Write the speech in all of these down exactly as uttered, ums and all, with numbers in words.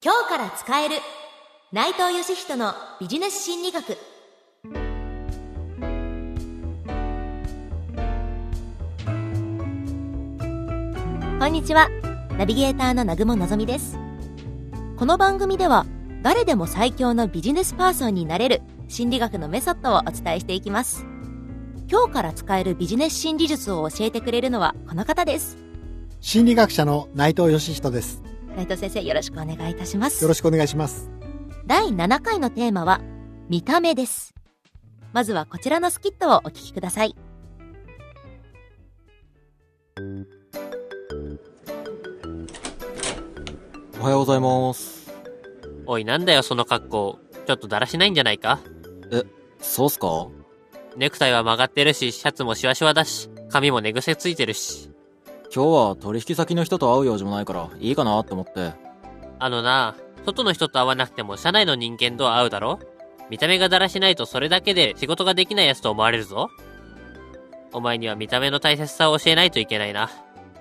今日から使える内藤義人のビジネス心理学。こんにちは、ナビゲーターの南雲のぞみです。この番組では誰でも最強のビジネスパーソンになれる心理学のメソッドをお伝えしていきます。今日から使えるビジネス心理術を教えてくれるのはこの方です。 心理学者の内藤義人です。 内藤先生、よろしくお願いいたします。 よろしくお願いします。 だいななかいのテーマは見た目です。まずはこちらのスキットをお聞きください。 おはようございます。 おい、なんだよその格好。ちょっとだらしないんじゃないか？ え、そうっすか？ ネクタイは曲がってるし、シャツもシワシワだし、髪も寝癖ついてるし。 今日は取引先の人と会う用事もないからいいかなって思って。 あのな、外の人と会わなくても社内の人間とは会うだろ？見た目がだらしないとそれだけで仕事ができないやつと思われるぞ。お前には見た目の大切さを教えないといけないな。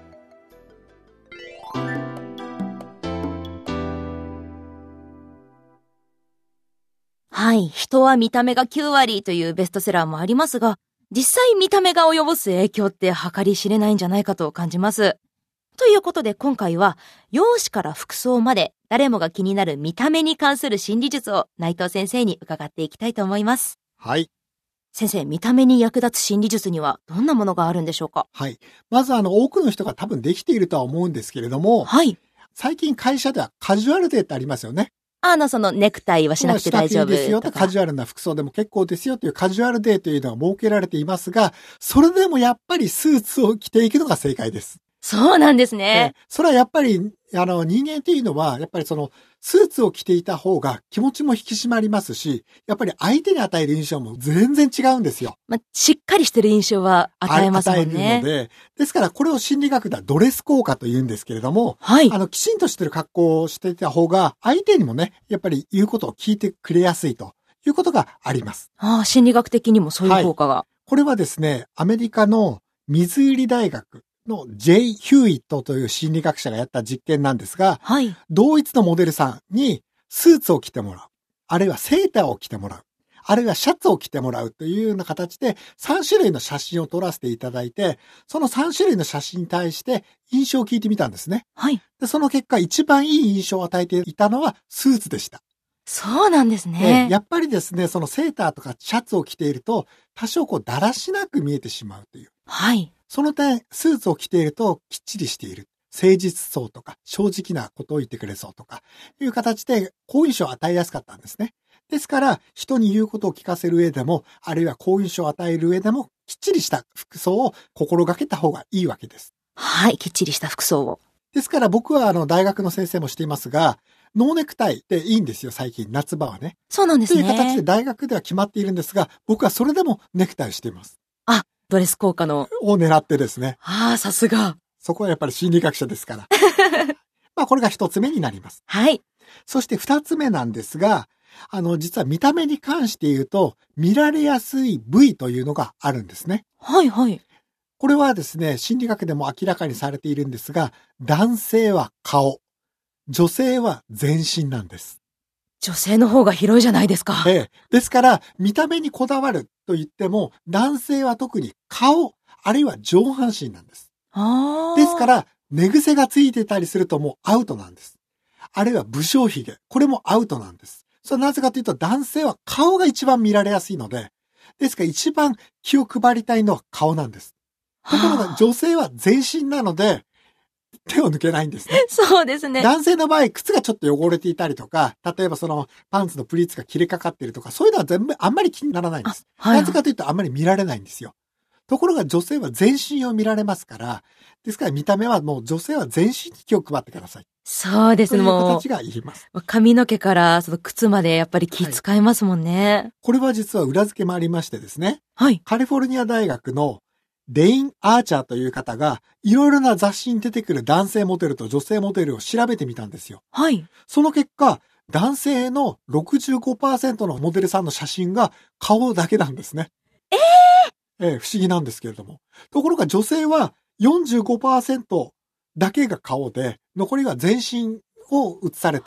はい、人は見た目がきゅうわりというベストセラーもありますが、実際見た目が及ぼす影響って計り知れないんじゃないかと感じます。ということで今回は容姿から服装まで誰もが気になる見た目に関する心理術を内藤先生に伺っていきたいと思います。 はい。 先生、見た目に役立つ心理術にはどんなものがあるんでしょうか？ はい。まずあの多くの人が多分できているとは思うんですけれども、 はい。 最近会社ではカジュアルデーってありますよね。 あの、そのネクタイはしなくて大丈夫とか。 しなくていいですよと、カジュアルな服装でも結構ですよというカジュアルデーというのが設けられていますが、それでもやっぱりスーツを着ていくのが正解です。 そうなんですね。 それはやっぱり、あの、人間というのは、やっぱりその、スーツを着ていた方が気持ちも引き締まりますし、やっぱり相手に与える印象も全然違うんですよ。 まあ、しっかりしてる印象は与えますもんね。 与えるので、ですからこれを心理学ではドレス効果と言うんですけれども、 はい。 あの、きちんとしてる格好をしていた方が、相手にもね、やっぱり言うことを聞いてくれやすいということがあります。 ああ、心理学的にもそういう効果が。はい、 これはですね、アメリカのミズーリ大学の ジェイ ヒューイットという心理学者がやった実験なんですが、 はい。 同一のモデルさんにスーツを着てもらう。あるいはセーターを着てもらう。あるいはシャツを着てもらうというような形でさんしゅるいの写真を撮らせていただいて、そのさんしゅるいの写真に対して印象を聞いてみたんですね。 はい。 で、その結果一番いい印象を与えていたのはスーツでした。 そうなんですね。 やっぱりですね、そのセーターとかシャツを着ていると多少こうだらしなく見えてしまうという。 はい。 その点、スーツを着ているときっちりしている。誠実そうとか、正直なことを言ってくれそうとか、いう形で好印象を与えやすかったんですね。ですから、人に言うことを聞かせる上でも、あるいは好印象を与える上でも、きっちりした服装を心がけた方がいいわけです。 はい、きっちりした服装を。 ですから僕はあの大学の先生もしていますが、ノーネクタイっていいんですよ、最近、夏場はね。 そうなんですね。 という形で大学では決まっているんですが、僕はそれでもネクタイをしています。 あ、ドレス効果の。 を狙ってですね。 ああ、さすが。 そこはやっぱり心理学者ですから。まあこれが一つ目になります。 はい。 そして二つ目なんですが、あの実は見た目に関して言うと、見られやすい部位というのがあるんですね。 はいはい。 これはですね、心理学でも明らかにされているんですが、男性は顔、女性は全身なんです。 女性の方が広いじゃないですか。 ええ。ですから、見た目にこだわると言っても、男性は特に顔、あるいは上半身なんです。 ああ。 ですから、寝癖がついてたりするともうアウトなんです。あるいは武将髭。これもアウトなんです。それはなぜかというと、男性は顔が一番見られやすいので、ですから一番気を配りたいのは顔なんです。ところが女性は全身なので、手を抜けないんですね。 そうですね。 男性の場合、靴がちょっと汚れていたりとか、例えばそのパンツのプリーツが切れかかっているとか、そういうのは全部あんまり気にならないんです。はいはい、なぜかというとあんまり見られないんですよ。ところが女性は全身を見られますから、ですから見た目はもう女性は全身に気を配ってください。 そうですね。 という形が言います。 髪の毛からその靴までやっぱり気使いますもんね、はい。 これは実は裏付けもありましてですね。 はい。 カリフォルニア大学のレイン・アーチャーという方が、いろいろな雑誌に出てくる男性モデルと女性モデルを調べてみたんですよ。 はい。 その結果、男性の ろくじゅうごパーセント のモデルさんの写真が顔だけなんですね。 えー、 ええ、不思議なんですけれども。ところが女性は よんじゅうごパーセント だけが顔で、残りは全身を写された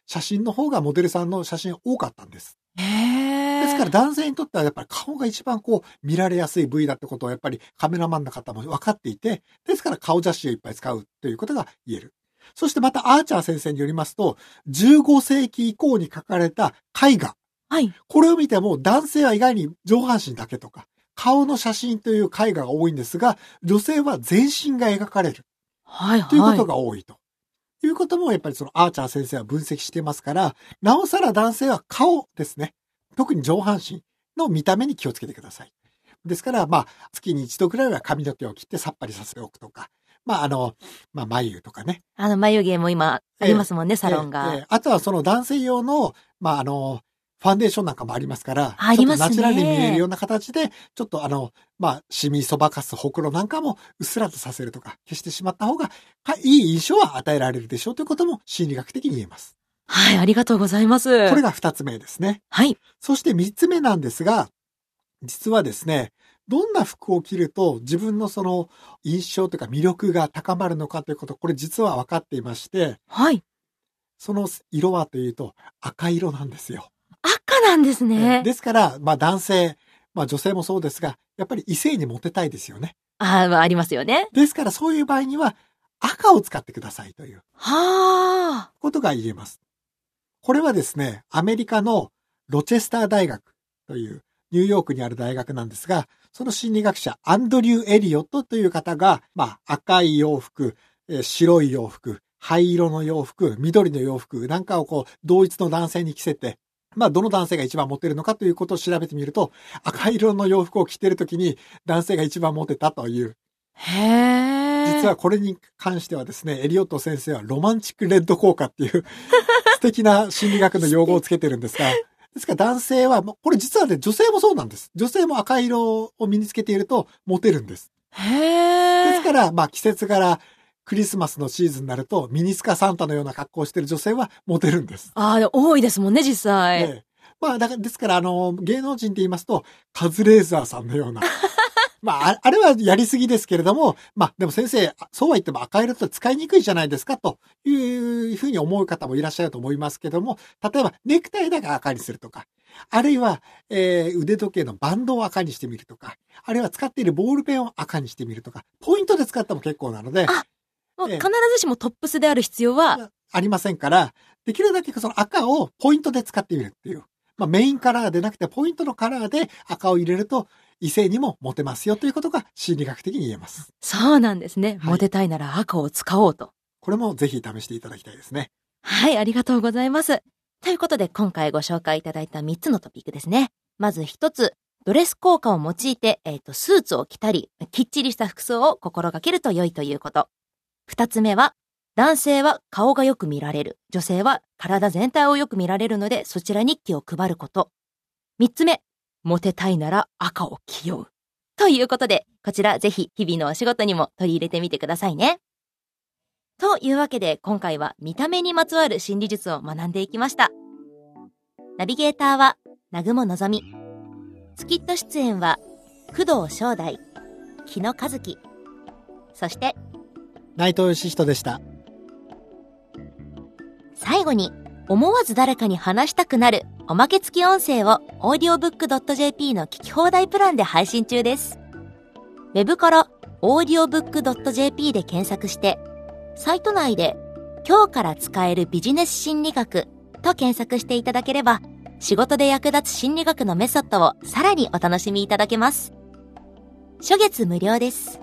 写真の方がモデルさんの写真多かったんです。 へー。 ですから男性にとってはやっぱり顔が一番こう見られやすい部位だってことをやっぱりカメラマンの方も分かっていて、ですから顔写真をいっぱい使うということが言える。そしてまたアーチャー先生によりますと、じゅうごせいき以降に描かれた絵画。 はい。 これを見ても男性は意外に上半身だけとか、顔の写真という絵画が多いんですが、女性は全身が描かれる。 はいはい。 ということが多いと。いうこともやっぱりそのアーチャー先生は分析してますから、なおさら男性は顔ですね。特に上半身の見た目に気をつけてください。ですから、まあ、月に一度くらいは髪の毛を切ってさっぱりさせておくとか、まあ、あの、まあ、眉とかね。 あの、眉毛も今ありますもんね、 えー、 サロンが。 えーえー、あとはその男性用の、まあ、あの、ファンデーションなんかもありますから、 ありますね。 ちょっとナチュラルに見えるような形で、ちょっとあの、まあ、シミそばかすほくろなんかもうっすらとさせるとか、消してしまった方が、いい印象は与えられるでしょうということも心理学的に言えます。 はい、ありがとうございます。 これが二つ目ですね。 はい。 そして三つ目なんですが、実はですね、どんな服を着ると自分のその印象というか魅力が高まるのかということ、これ実は分かっていまして、 はい。 その色はというと赤色なんですよ。 赤なんですね。 ですから、まあ男性、まあ女性もそうですが、やっぱり異性にモテたいですよね。 ああ、ありますよね。 ですからそういう場合には赤を使ってくださいという。 はあ。 ことが言えます。これはですね、アメリカのロチェスター大学というニューヨークにある大学なんですが、その心理学者アンドリュー・エリオットという方が、まあ赤い洋服、白い洋服、灰色の洋服、緑の洋服なんかをこう同一の男性に着せて、まあどの男性が一番モテるのかということを調べてみると、赤色の洋服を着ているときに男性が一番モテたという。 へー。 実はこれに関してはですね、エリオット先生はロマンチックレッド効果っていう素敵な心理学の用語をつけてるんですが、ですから男性は、これ実はね、女性もそうなんです。女性も赤色を身につけているとモテるんです。 へー。 ですから、まあ季節柄、クリスマスのシーズンになると、ミニスカサンタのような格好をしている女性はモテるんです。 ああ、多いですもんね、実際。 ええ、まあ、だから、ですから、あの、芸能人って言いますと、カズレーザーさんのような。まあ、あれはやりすぎですけれども、まあ、でも先生、そうは言っても赤色って使いにくいじゃないですか、というふうに思う方もいらっしゃると思いますけども、例えば、ネクタイだけ赤にするとか、あるいは、えー、腕時計のバンドを赤にしてみるとか、あるいは使っているボールペンを赤にしてみるとか、ポイントで使っても結構なので、 もう必ずしもトップスである必要はありませんから、できるだけその赤をポイントで使ってみるっていう。まあメインカラーでなくてポイントのカラーで赤を入れると異性にもモテますよということが心理学的に言えます。 そうなんですね。 はい、 モテたいなら赤を使おうと。 これもぜひ試していただきたいですね。 はい、ありがとうございます。ということで今回ご紹介いただいたみっつのトピックですね。まずひとつ、ドレス効果を用いて、えっと、スーツを着たり、きっちりした服装を心がけると良いということ。二つ目は、男性は顔がよく見られる。女性は体全体をよく見られるので、そちらに気を配ること。三つ目、モテたいなら赤を着よう。ということで、こちらぜひ日々のお仕事にも取り入れてみてくださいね。というわけで、今回は見た目にまつわる心理術を学んでいきました。ナビゲーターは、南雲のぞみ。スキット出演は、工藤正代、木野和樹。そして、 内藤義人でした。 最後に、思わず誰かに話したくなるおまけ付き音声を オーディオブックドットジェーピー の聞き放題プランで配信中です。ウェブから オーディオブックドットジェーピー で検索して、サイト内で今日から使えるビジネス心理学と検索していただければ、仕事で役立つ心理学のメソッドをさらにお楽しみいただけます。初月無料です。